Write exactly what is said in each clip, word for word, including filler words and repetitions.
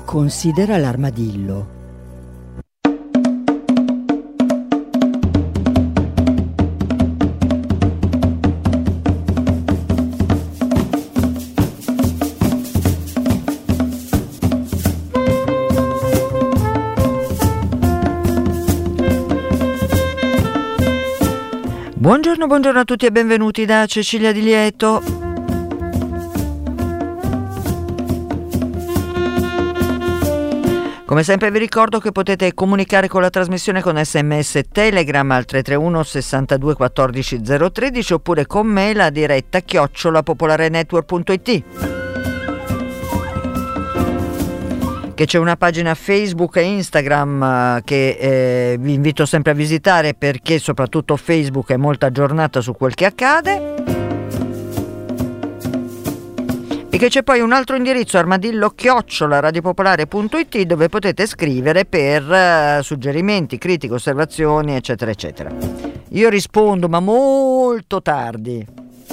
Considera l'armadillo. Buongiorno, buongiorno a tutti e benvenuti da Cecilia Di Lieto. Come sempre vi ricordo che potete comunicare con la trasmissione con sms Telegram al tre tre uno sessantadue quattordici zero tredici oppure con me la diretta chiocciola popolarenetwork punto it. Che c'è una pagina Facebook e Instagram che eh, vi invito sempre a visitare, perché soprattutto Facebook è molto aggiornata su quel che accade, e che c'è poi un altro indirizzo, armadillo chiocciola radiopopolare punto it, dove potete scrivere per uh, suggerimenti, critiche, osservazioni eccetera eccetera. Io rispondo ma molto tardi.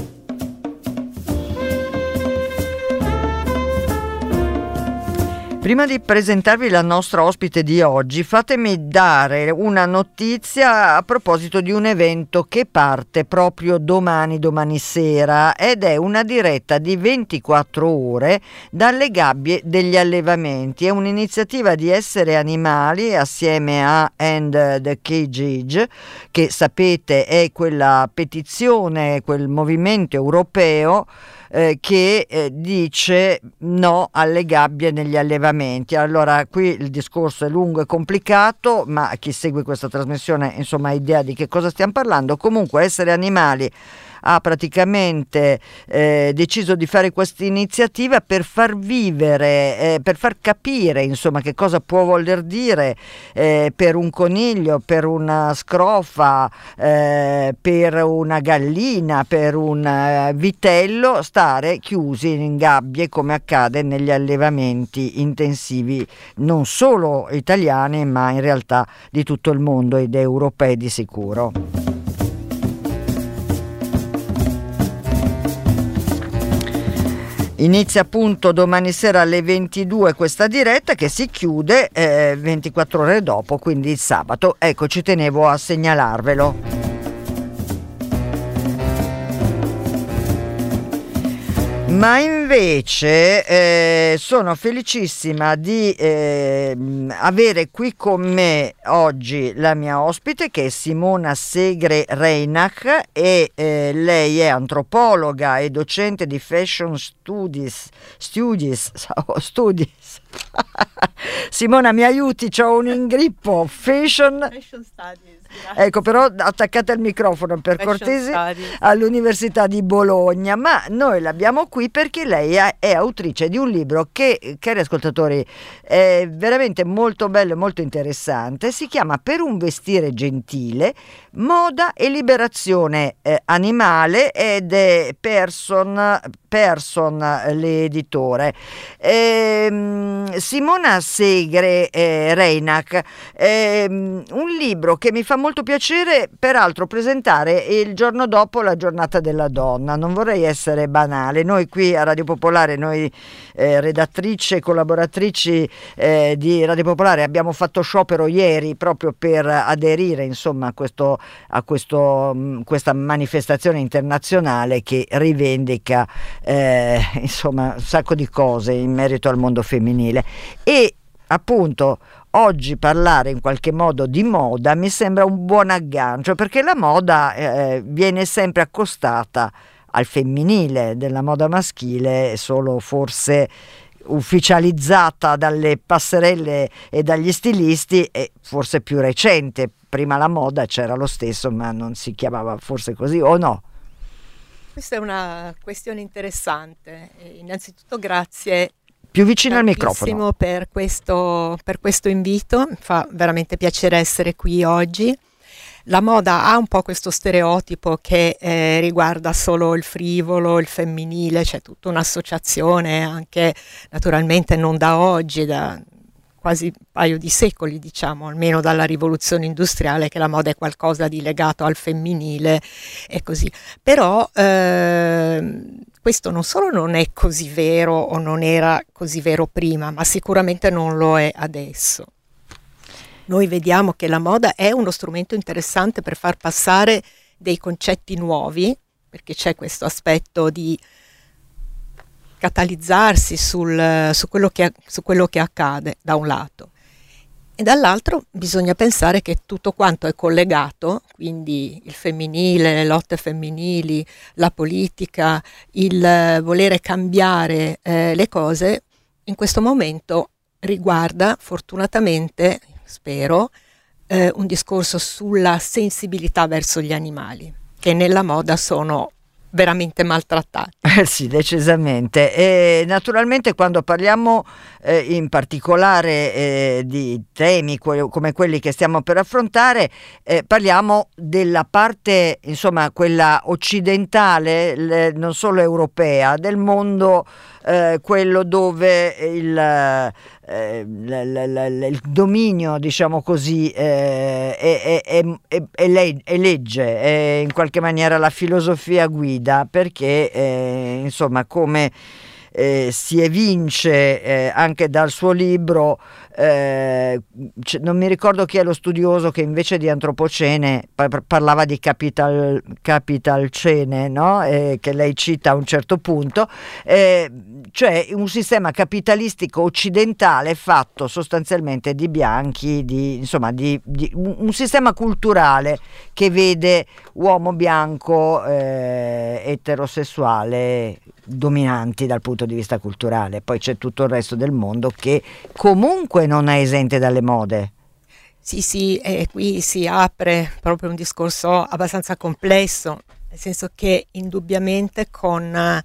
Prima di presentarvi la nostra ospite di oggi, fatemi dare una notizia a proposito di un evento che parte proprio domani, domani sera, ed è una diretta di ventiquattro ore dalle gabbie degli allevamenti. È un'iniziativa di Essere Animali assieme a End the Cage, che sapete è quella petizione, quel movimento europeo Eh, che eh, dice no alle gabbie negli allevamenti. Allora, qui il discorso è lungo e complicato, ma chi segue questa trasmissione insomma ha idea di che cosa stiamo parlando. Comunque Essere Animali ha praticamente eh, deciso di fare questa iniziativa per far vivere, eh, per far capire insomma che cosa può voler dire eh, per un coniglio, per una scrofa, eh, per una gallina, per un uh, vitello stare chiusi in gabbie, come accade negli allevamenti intensivi non solo italiani ma in realtà di tutto il mondo ed europei di sicuro. Inizia appunto domani sera alle ventidue questa diretta, che si chiude eh, ventiquattro ore dopo, quindi il sabato. Ecco, ci tenevo a segnalarvelo. Ma invece eh, sono felicissima di eh, avere qui con me oggi la mia ospite, che è Simona Segre Reinach, e eh, lei è antropologa e docente di Fashion Studies Studies, studies. Simona, mi aiuti, c'ho un ingrippo. Fashion, Fashion Studies. Grazie. Ecco, però attaccate al microfono per Fashion cortesia Studies. All'Università di Bologna. Ma noi l'abbiamo qui perché lei è, è autrice di un libro che, cari ascoltatori, è veramente molto bello e molto interessante. Si chiama Per un vestire gentile, moda e liberazione eh, animale, ed è Person, Person l'editore. Ehm, Simona Segre eh, Reinach, ehm, un libro che mi fa molto piacere peraltro presentare il giorno dopo la giornata della donna. Non vorrei essere banale, noi qui a Radio Popolare, noi eh, redattrici e collaboratrici eh, di Radio Popolare abbiamo fatto sciopero ieri proprio per aderire insomma a questo a questo mh, questa manifestazione internazionale che rivendica eh, insomma un sacco di cose in merito al mondo femminile. E appunto oggi parlare in qualche modo di moda mi sembra un buon aggancio, perché la moda eh, viene sempre accostata al femminile, della moda maschile solo forse ufficializzata dalle passerelle e dagli stilisti, e forse più recente. Prima la moda c'era lo stesso, ma non si chiamava forse così, o no? Questa è una questione interessante. Innanzitutto grazie più vicino al microfono per questo, per questo invito, mi fa veramente piacere essere qui oggi. La moda ha un po' questo stereotipo che eh, riguarda solo il frivolo, il femminile, c'è tutta un'associazione anche naturalmente non da oggi, da quasi un paio di secoli, diciamo, almeno dalla rivoluzione industriale, che la moda è qualcosa di legato al femminile e così. Però eh, questo non solo non è così vero o non era così vero prima, ma sicuramente non lo è adesso. Noi vediamo che la moda è uno strumento interessante per far passare dei concetti nuovi, perché c'è questo aspetto di catalizzarsi sul, su, quello che, su quello che accade da un lato. E dall'altro bisogna pensare che tutto quanto è collegato, quindi il femminile, le lotte femminili, la politica, il volere cambiare eh, le cose, in questo momento riguarda fortunatamente, spero, eh, un discorso sulla sensibilità verso gli animali, che nella moda sono veramente maltrattati. Eh sì, decisamente. E naturalmente quando parliamo eh, in particolare eh, di temi que- come quelli che stiamo per affrontare, eh, parliamo della parte, insomma, quella occidentale, le, non solo europea, del mondo, eh, quello dove il, eh, l- l- l- il dominio, diciamo così, eh, è, è, è, è, le- è legge, è in qualche maniera la filosofia guida, perché eh, insomma, come eh, si evince eh, anche dal suo libro, eh, c- non mi ricordo chi è lo studioso che invece di antropocene par- parlava di capital, capitalcene, no? Eh, che lei cita a un certo punto, eh, cioè un sistema capitalistico occidentale fatto sostanzialmente di bianchi, di, insomma di, di un, un sistema culturale che vede uomo bianco eh, eterosessuale dominanti dal punto di vista culturale. Poi c'è tutto il resto del mondo che comunque non è esente dalle mode. Sì, sì, e qui si apre proprio un discorso abbastanza complesso, nel senso che indubbiamente con,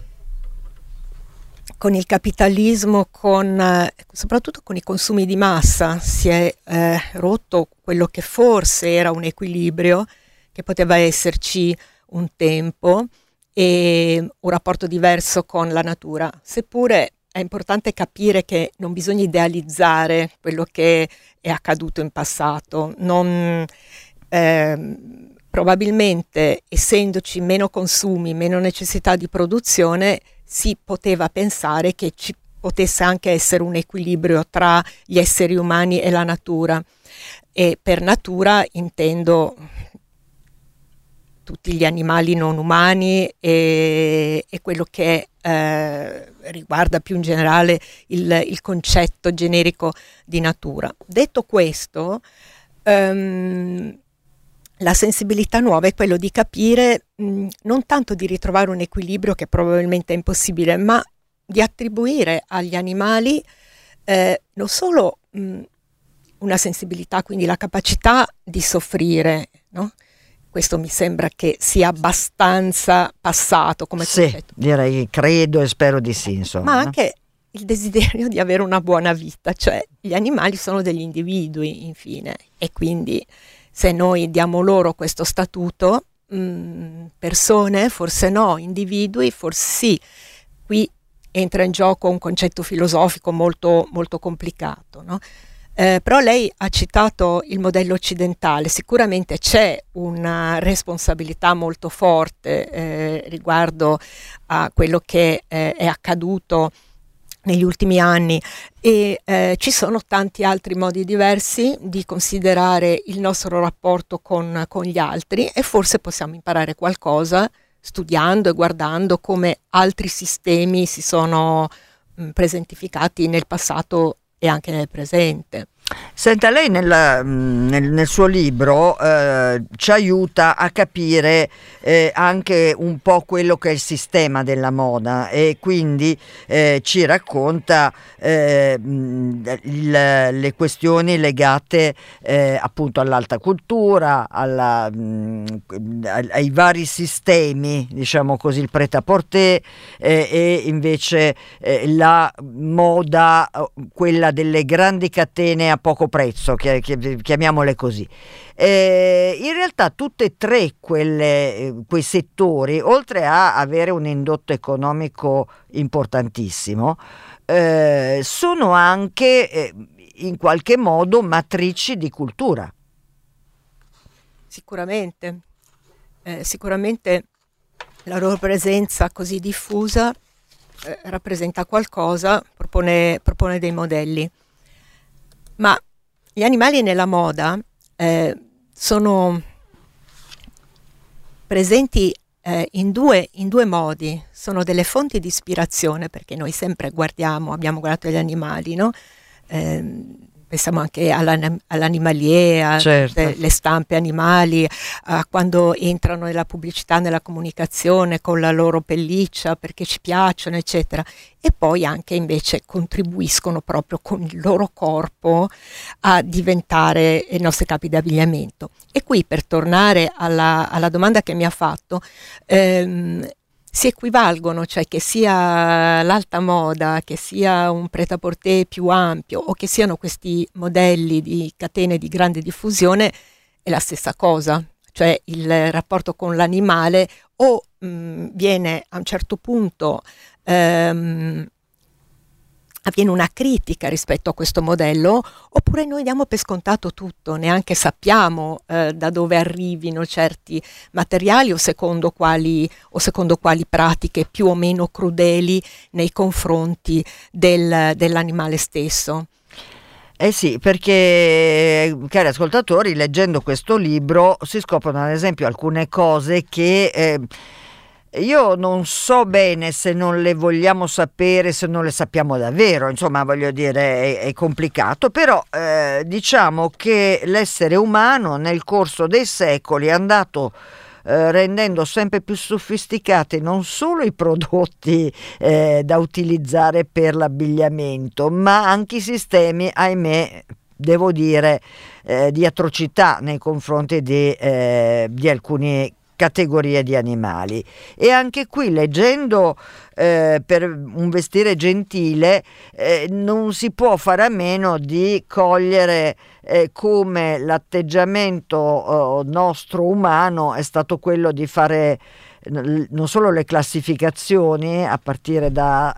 con il capitalismo, con, soprattutto con i consumi di massa, si è eh, rotto quello che forse era un equilibrio che poteva esserci un tempo, e un rapporto diverso con la natura, seppure è importante capire che non bisogna idealizzare quello che è accaduto in passato. Non, eh, probabilmente, essendoci meno consumi, meno necessità di produzione, si poteva pensare che ci potesse anche essere un equilibrio tra gli esseri umani e la natura. E per natura intendo tutti gli animali non umani e, e quello che eh, riguarda più in generale il, il concetto generico di natura. Detto questo, um, la sensibilità nuova è quello di capire, mh, non tanto di ritrovare un equilibrio che probabilmente è impossibile, ma di attribuire agli animali eh, non solo mh, una sensibilità, quindi la capacità di soffrire, no? Questo mi sembra che sia abbastanza passato come sì, concetto. Direi, credo e spero di sì, insomma. Ma anche il desiderio di avere una buona vita, cioè gli animali sono degli individui, infine, e quindi se noi diamo loro questo statuto, mh, persone, forse no, individui, forse sì. Qui entra in gioco un concetto filosofico molto, molto complicato, no? Eh, però lei ha citato il modello occidentale, sicuramente c'è una responsabilità molto forte eh, riguardo a quello che eh, è accaduto negli ultimi anni e eh, ci sono tanti altri modi diversi di considerare il nostro rapporto con, con gli altri e forse possiamo imparare qualcosa studiando e guardando come altri sistemi si sono mh, presentificati nel passato e anche nel presente. Senta, lei nel, nel, nel suo libro eh, ci aiuta a capire eh, anche un po' quello che è il sistema della moda e quindi eh, ci racconta eh, il, le questioni legate eh, appunto all'alta cultura, alla, mh, ai vari sistemi, diciamo così, il prêt-à-porter eh, e invece eh, la moda, quella delle grandi catene a poco prezzo, chiamiamole così. Eh, in realtà tutte e tre quelle, quei settori, oltre a avere un indotto economico importantissimo, eh, sono anche eh, in qualche modo matrici di cultura. Sicuramente, eh, sicuramente la loro presenza così diffusa eh, rappresenta qualcosa, propone, propone dei modelli. Ma gli animali nella moda eh, sono presenti eh, in, due, in due modi. Sono delle fonti di ispirazione, perché noi sempre guardiamo, abbiamo guardato gli animali, no? Eh, pensiamo anche all'an- all'animalier, a Certo. tutte le stampe animali, a quando entrano nella pubblicità, nella comunicazione con la loro pelliccia perché ci piacciono, eccetera. E poi anche invece contribuiscono proprio con il loro corpo a diventare i nostri capi d'abbigliamento. E qui, per tornare alla, alla domanda che mi ha fatto, ehm, si equivalgono, cioè che sia l'alta moda, che sia un prêt-à-porter più ampio o che siano questi modelli di catene di grande diffusione, è la stessa cosa. Cioè il rapporto con l'animale o mh, viene a un certo punto ehm, avviene una critica rispetto a questo modello, oppure noi diamo per scontato tutto, neanche sappiamo eh, da dove arrivino certi materiali o secondo quali, o secondo quali pratiche più o meno crudeli nei confronti del, dell'animale stesso. Eh sì, perché, cari ascoltatori, leggendo questo libro si scoprono ad esempio alcune cose che eh, io non so bene se non le vogliamo sapere, se non le sappiamo davvero, insomma, voglio dire, è, è complicato, però eh, diciamo che l'essere umano nel corso dei secoli è andato eh, rendendo sempre più sofisticati non solo i prodotti eh, da utilizzare per l'abbigliamento, ma anche i sistemi, ahimè, devo dire, eh, di atrocità nei confronti di, eh, di alcuni categorie di animali. E anche qui, leggendo eh, per un vestire gentile, eh, non si può fare a meno di cogliere eh, come l'atteggiamento eh, nostro umano è stato quello di fare non solo le classificazioni a partire da,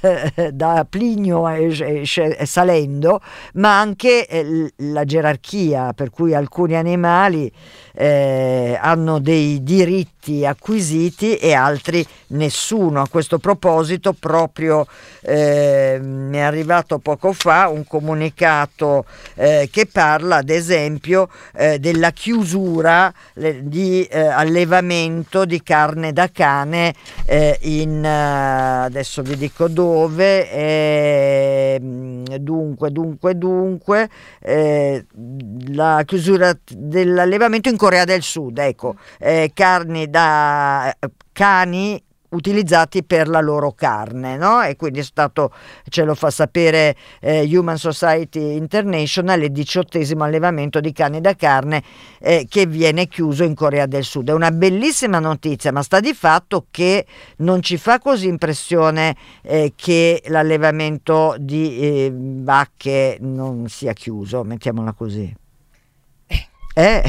da Plinio e, e, e salendo, ma anche eh, la gerarchia, per cui alcuni animali eh, hanno dei diritti acquisiti e altri nessuno. A questo proposito proprio eh, mi è arrivato poco fa un comunicato eh, che parla ad esempio eh, della chiusura le, di eh, allevamento di carne da cane eh, in uh, adesso vi dico dove eh, dunque dunque dunque eh, la chiusura dell'allevamento in Corea del Sud, ecco, eh, carni da cani utilizzati per la loro carne, no? E quindi è stato, ce lo fa sapere eh, Human Society International, il diciottesimo allevamento di cani da carne eh, che viene chiuso in Corea del Sud. È una bellissima notizia, ma sta di fatto che non ci fa così impressione eh, che l'allevamento di eh, vacche non sia chiuso, mettiamola così. Eh?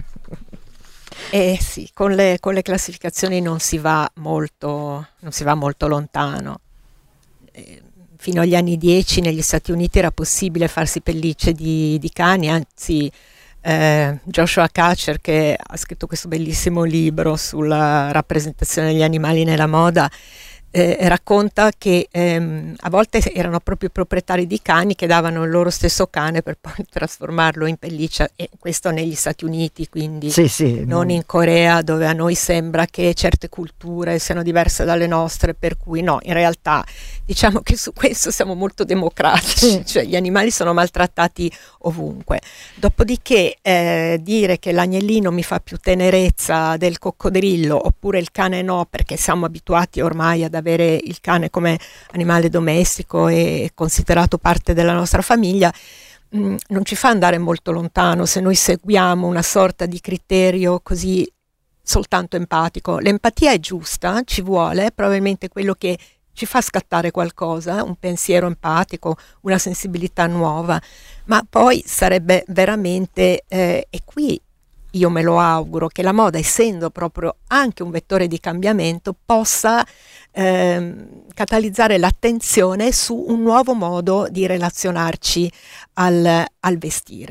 Eh sì, con le, con le classificazioni non si va molto, non si va molto lontano. Eh, fino agli anni dieci negli Stati Uniti era possibile farsi pellicce di, di cani, anzi eh, Joshua Katcher, che ha scritto questo bellissimo libro sulla rappresentazione degli animali nella moda, Eh, racconta che ehm, a volte erano proprio i proprietari di cani che davano il loro stesso cane per poi trasformarlo in pelliccia, e questo negli Stati Uniti, quindi sì, sì, non no. in Corea, dove a noi sembra che certe culture siano diverse dalle nostre, per cui no, in realtà diciamo che su questo siamo molto democratici, cioè gli animali sono maltrattati ovunque. Dopodiché eh, dire che l'agnellino mi fa più tenerezza del coccodrillo oppure il cane no, perché siamo abituati ormai ad avere il cane come animale domestico e considerato parte della nostra famiglia, mh, non ci fa andare molto lontano se noi seguiamo una sorta di criterio così soltanto empatico. L'empatia è giusta, ci vuole, probabilmente quello che ci fa scattare qualcosa, un pensiero empatico, una sensibilità nuova, ma poi sarebbe veramente, eh, e qui io me lo auguro, che la moda, essendo proprio anche un vettore di cambiamento, possa ehm, catalizzare l'attenzione su un nuovo modo di relazionarci al, al vestire.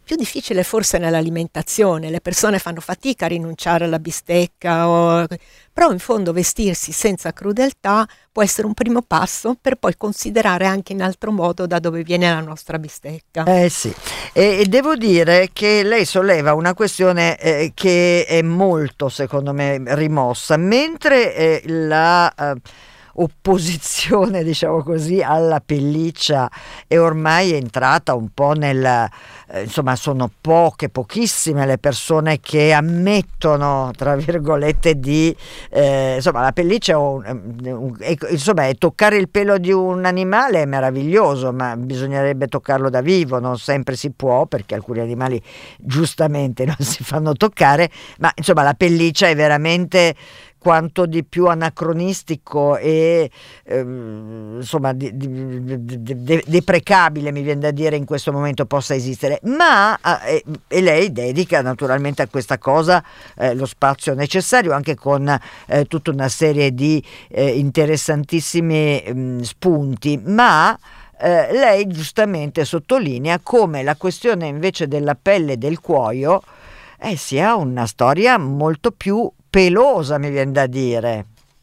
Più difficile forse nell'alimentazione, le persone fanno fatica a rinunciare alla bistecca, o... però in fondo vestirsi senza crudeltà può essere un primo passo per poi considerare anche in altro modo da dove viene la nostra bistecca. Eh sì, e, e devo dire che lei solleva una questione eh, che è molto, secondo me, rimossa, mentre eh, la... Eh, opposizione, diciamo così, alla pelliccia è ormai entrata un po' nel eh, insomma, sono poche, pochissime le persone che ammettono, tra virgolette, di eh, insomma, la pelliccia è, un, un, è, insomma, è toccare il pelo di un animale è meraviglioso, ma bisognerebbe toccarlo da vivo, non sempre si può, perché alcuni animali giustamente non si fanno toccare, ma insomma la pelliccia è veramente quanto di più anacronistico e ehm, insomma di, di, di, di, deprecabile, mi viene da dire, in questo momento possa esistere, ma eh, e lei dedica naturalmente a questa cosa eh, lo spazio necessario, anche con eh, tutta una serie di eh, interessantissimi mh, spunti, ma eh, lei giustamente sottolinea come la questione invece della pelle e del cuoio eh, sia una storia molto più pelosa, mi viene da dire.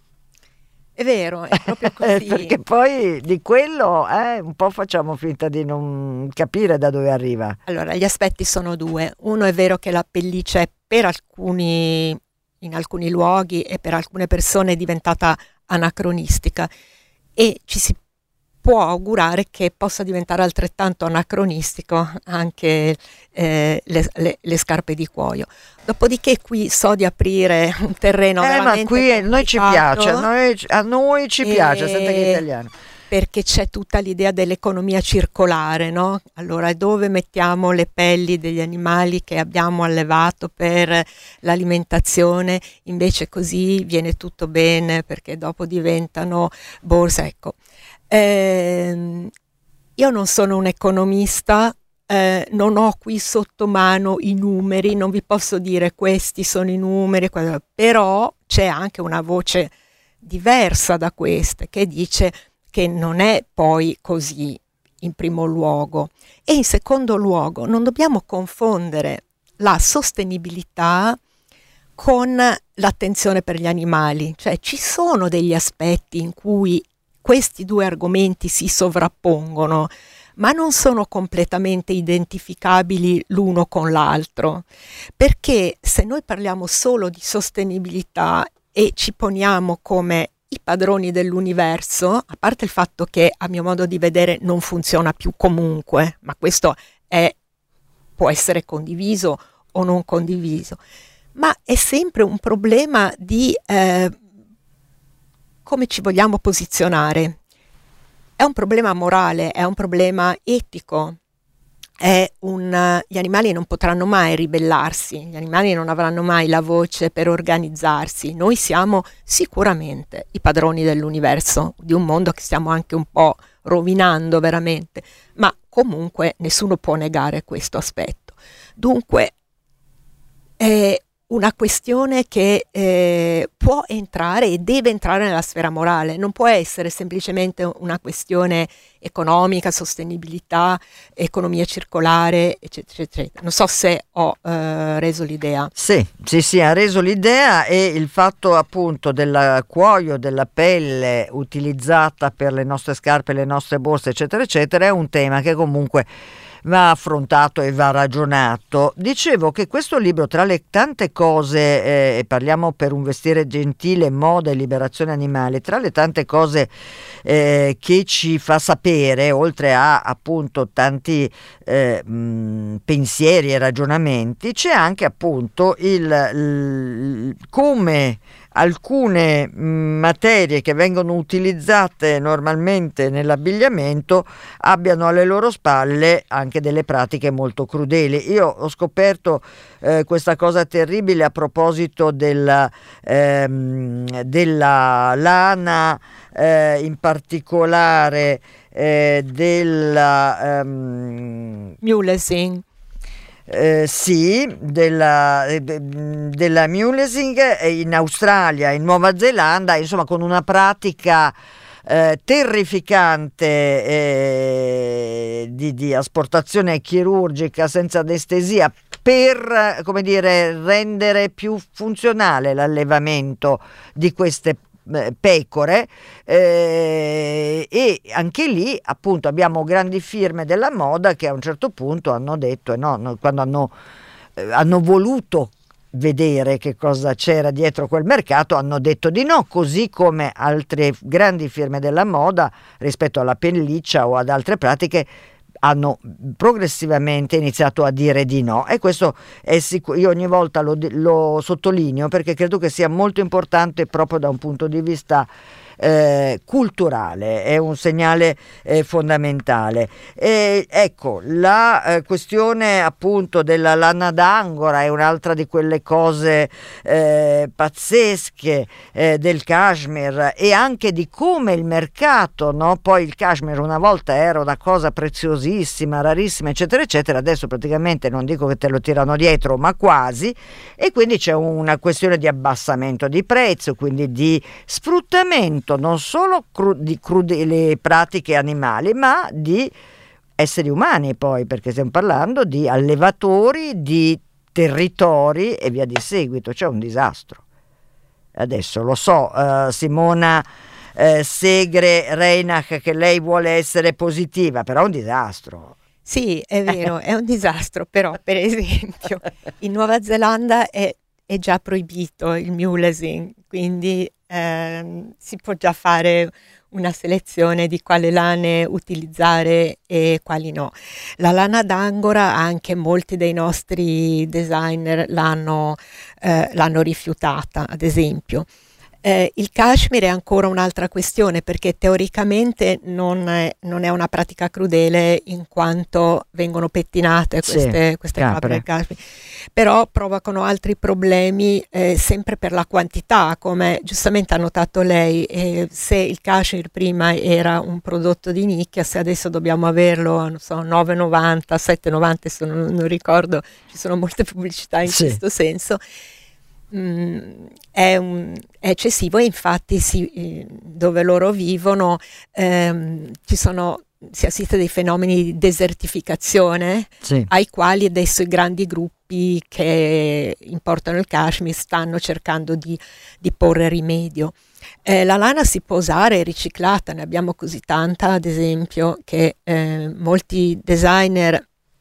È vero, è proprio così. Perché poi di quello eh, un po' facciamo finta di non capire da dove arriva. Allora, gli aspetti sono due. Uno, è vero che la pelliccia è per alcuni, in alcuni luoghi e per alcune persone è diventata anacronistica, e ci si può augurare che possa diventare altrettanto anacronistico anche eh, le, le, le scarpe di cuoio. Dopodiché qui so di aprire un terreno eh, veramente ma qui a noi ci piace, a noi, a noi ci piace, senta che italiano. Perché c'è tutta l'idea dell'economia circolare, no? Allora, dove mettiamo le pelli degli animali che abbiamo allevato per l'alimentazione, invece così viene tutto bene, perché dopo diventano borse, ecco. Eh, io non sono un economista, eh, non ho qui sotto mano i numeri, non vi posso dire questi sono i numeri, però c'è anche una voce diversa da queste che dice che non è poi così in primo luogo, e in secondo luogo non dobbiamo confondere la sostenibilità con l'attenzione per gli animali, cioè ci sono degli aspetti in cui questi due argomenti si sovrappongono, ma non sono completamente identificabili l'uno con l'altro, perché se noi parliamo solo di sostenibilità e ci poniamo come i padroni dell'universo, a parte il fatto che a mio modo di vedere non funziona più comunque, ma questo è, può essere condiviso o non condiviso, ma è sempre un problema di eh, come ci vogliamo posizionare. È un problema morale, è un problema etico, è un, gli animali non potranno mai ribellarsi, gli animali non avranno mai la voce per organizzarsi. Noi siamo sicuramente i padroni dell'universo, di un mondo che stiamo anche un po' rovinando veramente, ma comunque nessuno può negare questo aspetto. Dunque è una questione che eh, può entrare e deve entrare nella sfera morale, non può essere semplicemente una questione economica, sostenibilità, economia circolare, eccetera, eccetera. Non so se ho eh, reso l'idea. Sì, sì, sì, ha reso l'idea, e il fatto appunto del cuoio, della pelle utilizzata per le nostre scarpe, le nostre borse, eccetera, eccetera, è un tema che comunque va affrontato e va ragionato. Dicevo che questo libro, tra le tante cose, eh, e parliamo per un vestire gentile, moda e liberazione animale, tra le tante cose eh, che ci fa sapere, oltre a appunto tanti eh, mh, pensieri e ragionamenti, c'è anche appunto il, il come alcune mh, materie che vengono utilizzate normalmente nell'abbigliamento abbiano alle loro spalle anche delle pratiche molto crudeli. Io ho scoperto eh, questa cosa terribile a proposito della, ehm, della lana, eh, in particolare eh, della ehm, mulesing. Eh, sì, della, de, della mulesing in Australia, in Nuova Zelanda, insomma con una pratica eh, terrificante eh, di, di asportazione chirurgica senza anestesia per, come dire, rendere più funzionale l'allevamento di queste pecore, eh, e anche lì appunto abbiamo grandi firme della moda che a un certo punto hanno detto, eh no, no, quando hanno, eh, hanno voluto vedere che cosa c'era dietro quel mercato, hanno detto di no, così come altre grandi firme della moda rispetto alla pelliccia o ad altre pratiche hanno progressivamente iniziato a dire di no, e questo è sicuro. Io ogni volta lo, lo sottolineo perché credo che sia molto importante proprio da un punto di vista eh, culturale, è un segnale eh, fondamentale. E ecco, la eh, questione appunto della lana d'angora è un'altra di quelle cose eh, pazzesche eh, del cashmere, e anche di come il mercato, no? Poi il cashmere una volta era una cosa preziosissima, rarissima, eccetera eccetera, adesso praticamente non dico che te lo tirano dietro, ma quasi, e quindi c'è una questione di abbassamento di prezzo, quindi di sfruttamento non solo cru- di crudeli pratiche animali, ma di esseri umani, poi, perché stiamo parlando di allevatori, di territori e via di seguito. C'è un disastro. Adesso lo so, uh, Simona uh, Segre Reinach, che lei vuole essere positiva, però è un disastro. Sì, è vero, è un disastro, però per esempio in Nuova Zelanda è, è già proibito il mulesing, quindi ehm, si può già fare una selezione di quale lane utilizzare e quali no. La lana d'angora anche molti dei nostri designer l'hanno, eh, l'hanno rifiutata, ad esempio. Eh, il cashmere è ancora un'altra questione, perché teoricamente non è, non è una pratica crudele in quanto vengono pettinate queste, sì, queste capre del cashmere, però provocano altri problemi eh, sempre per la quantità, come giustamente ha notato lei. Eh, se il cashmere prima era un prodotto di nicchia, se adesso dobbiamo averlo non so, nove e novanta, sette e novanta, se non, non ricordo, ci sono molte pubblicità in sì. questo senso. Mm, è, un, è eccessivo, e infatti si, dove loro vivono ehm, ci sono, si assiste a dei fenomeni di desertificazione sì. ai quali adesso i grandi gruppi che importano il cashmere stanno cercando di, di porre rimedio. Eh, la lana si può usare riciclata, ne abbiamo così tanta ad esempio che eh, molti designer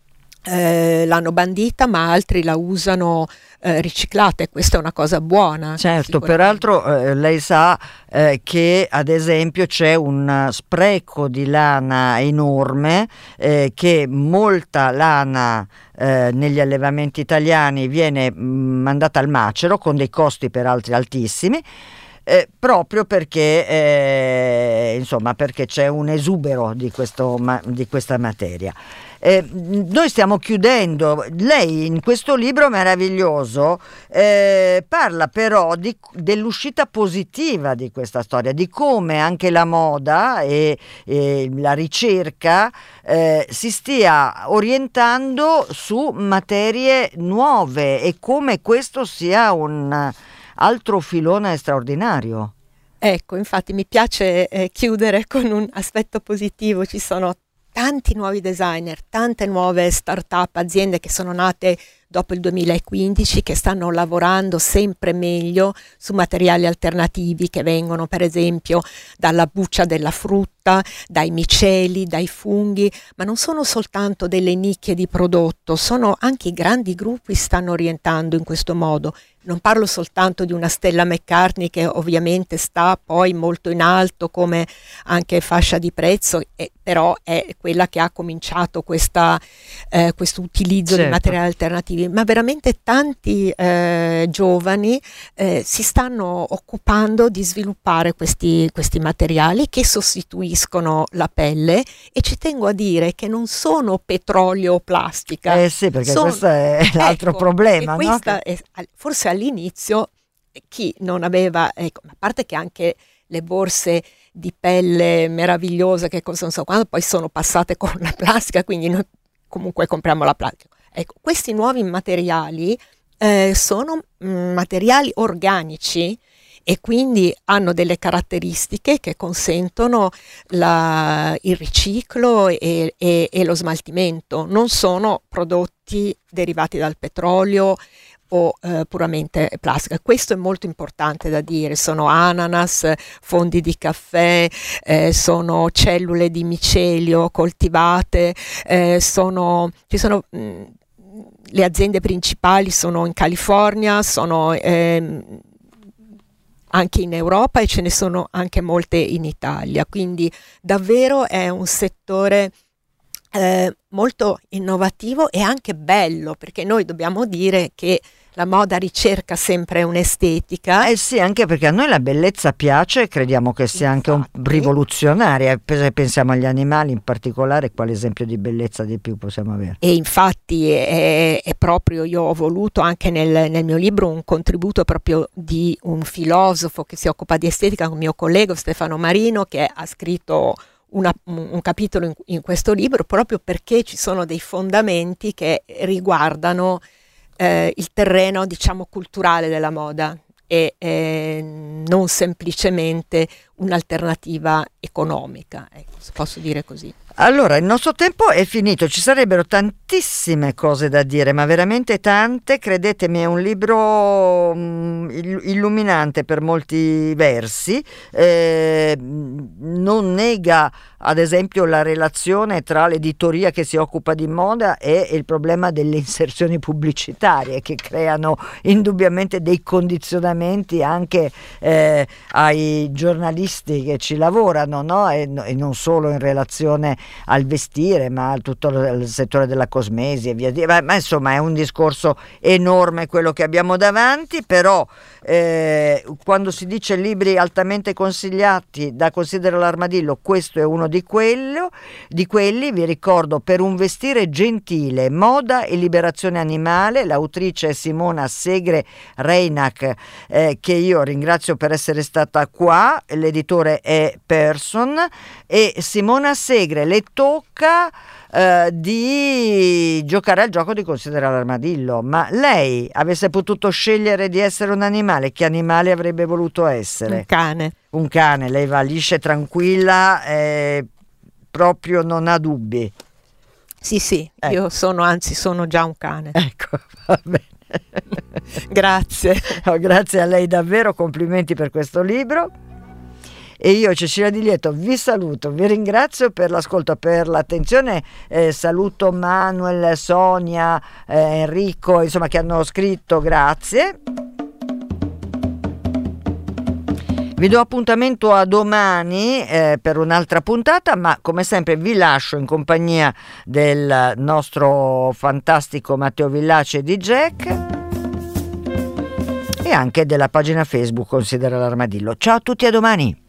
Eh, l'hanno bandita, ma altri la usano eh, riciclata, e questa è una cosa buona. Certo, peraltro eh, lei sa eh, che ad esempio c'è un spreco di lana enorme, eh, che molta lana eh, negli allevamenti italiani viene mh, mandata al macero con dei costi peraltro altissimi. Eh, proprio perché eh, insomma perché c'è un esubero di, questo, ma, di questa materia. Eh, noi stiamo chiudendo. Lei in questo libro meraviglioso eh, parla però di, dell'uscita positiva di questa storia, di come anche la moda e, e la ricerca eh, si stia orientando su materie nuove, e come questo sia un altro filone straordinario. Ecco, infatti mi piace eh, chiudere con un aspetto positivo. Ci sono tanti nuovi designer, tante nuove start-up, aziende che sono nate dopo il duemilaquindici, che stanno lavorando sempre meglio su materiali alternativi che vengono per esempio dalla buccia della frutta, dai miceli, dai funghi, ma non sono soltanto delle nicchie di prodotto, sono anche i grandi gruppi stanno orientando in questo modo. Non parlo soltanto di una Stella McCartney, che ovviamente sta poi molto in alto come anche fascia di prezzo, eh, però è quella che ha cominciato questa, eh, questo utilizzo certo. di materiali alternativi, ma veramente tanti eh, giovani eh, si stanno occupando di sviluppare questi, questi materiali che sostituiscono la pelle, e ci tengo a dire che non sono petrolio o plastica. Eh sì, perché sono, questo è l'altro ecco, problema. E questa no? è, forse all'inizio chi non aveva, ecco, a parte che anche le borse di pelle meravigliose che cosa non so quando poi sono passate con la plastica, quindi noi comunque compriamo la plastica. Ecco, questi nuovi materiali eh, sono mh, materiali organici, e quindi hanno delle caratteristiche che consentono la, il riciclo e, e, e lo smaltimento. Non sono prodotti derivati dal petrolio o eh, puramente plastica. Questo è molto importante da dire. Sono ananas, fondi di caffè, eh, sono cellule di micelio coltivate, eh, sono, ci sono mh, le aziende principali sono in California, sono ehm, anche in Europa e ce ne sono anche molte in Italia. Quindi davvero è un settore eh, molto innovativo e anche bello, perché noi dobbiamo dire che la moda ricerca sempre un'estetica. Eh sì, anche perché a noi la bellezza piace e crediamo che sia Infatti. anche un rivoluzionaria. Pensiamo agli animali in particolare, quale esempio di bellezza di più possiamo avere? E infatti è, è proprio, io ho voluto anche nel, nel mio libro un contributo proprio di un filosofo che si occupa di estetica, un mio collega Stefano Marino, che ha scritto Una, un capitolo in, in questo libro proprio perché ci sono dei fondamenti che riguardano eh, il terreno, diciamo, culturale della moda e eh, non semplicemente un'alternativa economica, ecco, se posso dire così. Allora, il nostro tempo è finito, ci sarebbero tantissime cose da dire, ma veramente tante. Credetemi, è un libro um, illuminante per molti versi, eh, non nega ad esempio la relazione tra l'editoria che si occupa di moda e il problema delle inserzioni pubblicitarie che creano indubbiamente dei condizionamenti anche eh, ai giornalisti che ci lavorano, no? e, e non solo in relazione al vestire, ma a tutto il settore della cosmesi e via di ma, ma insomma è un discorso enorme quello che abbiamo davanti. Però eh, quando si dice libri altamente consigliati da Considera l'Armadillo, questo è uno di quello di quelli. Vi ricordo Per un vestire gentile, moda e liberazione animale, l'autrice è Simona Segre Reinach, eh, che io ringrazio per essere stata qua. L'editore è Person e Simona Segre le tocca eh, di giocare al gioco di Considera l'Armadillo. Ma lei avesse potuto scegliere di essere un animale, che animale avrebbe voluto essere? Un cane. Un cane, lei va liscia e tranquilla, eh, proprio non ha dubbi. Sì, sì, ecco. Io sono, anzi sono già un cane. Ecco, va bene. Grazie. No, grazie a lei davvero, complimenti per questo libro. E io, Cecilia Di Lieto, vi saluto, vi ringrazio per l'ascolto, per l'attenzione, eh, saluto Manuel, Sonia, eh, Enrico, insomma, che hanno scritto, grazie. Vi do appuntamento a domani eh, per un'altra puntata, ma come sempre vi lascio in compagnia del nostro fantastico Matteo Villaci e di Jack e anche della pagina Facebook Considera l'Armadillo. Ciao a tutti, a domani!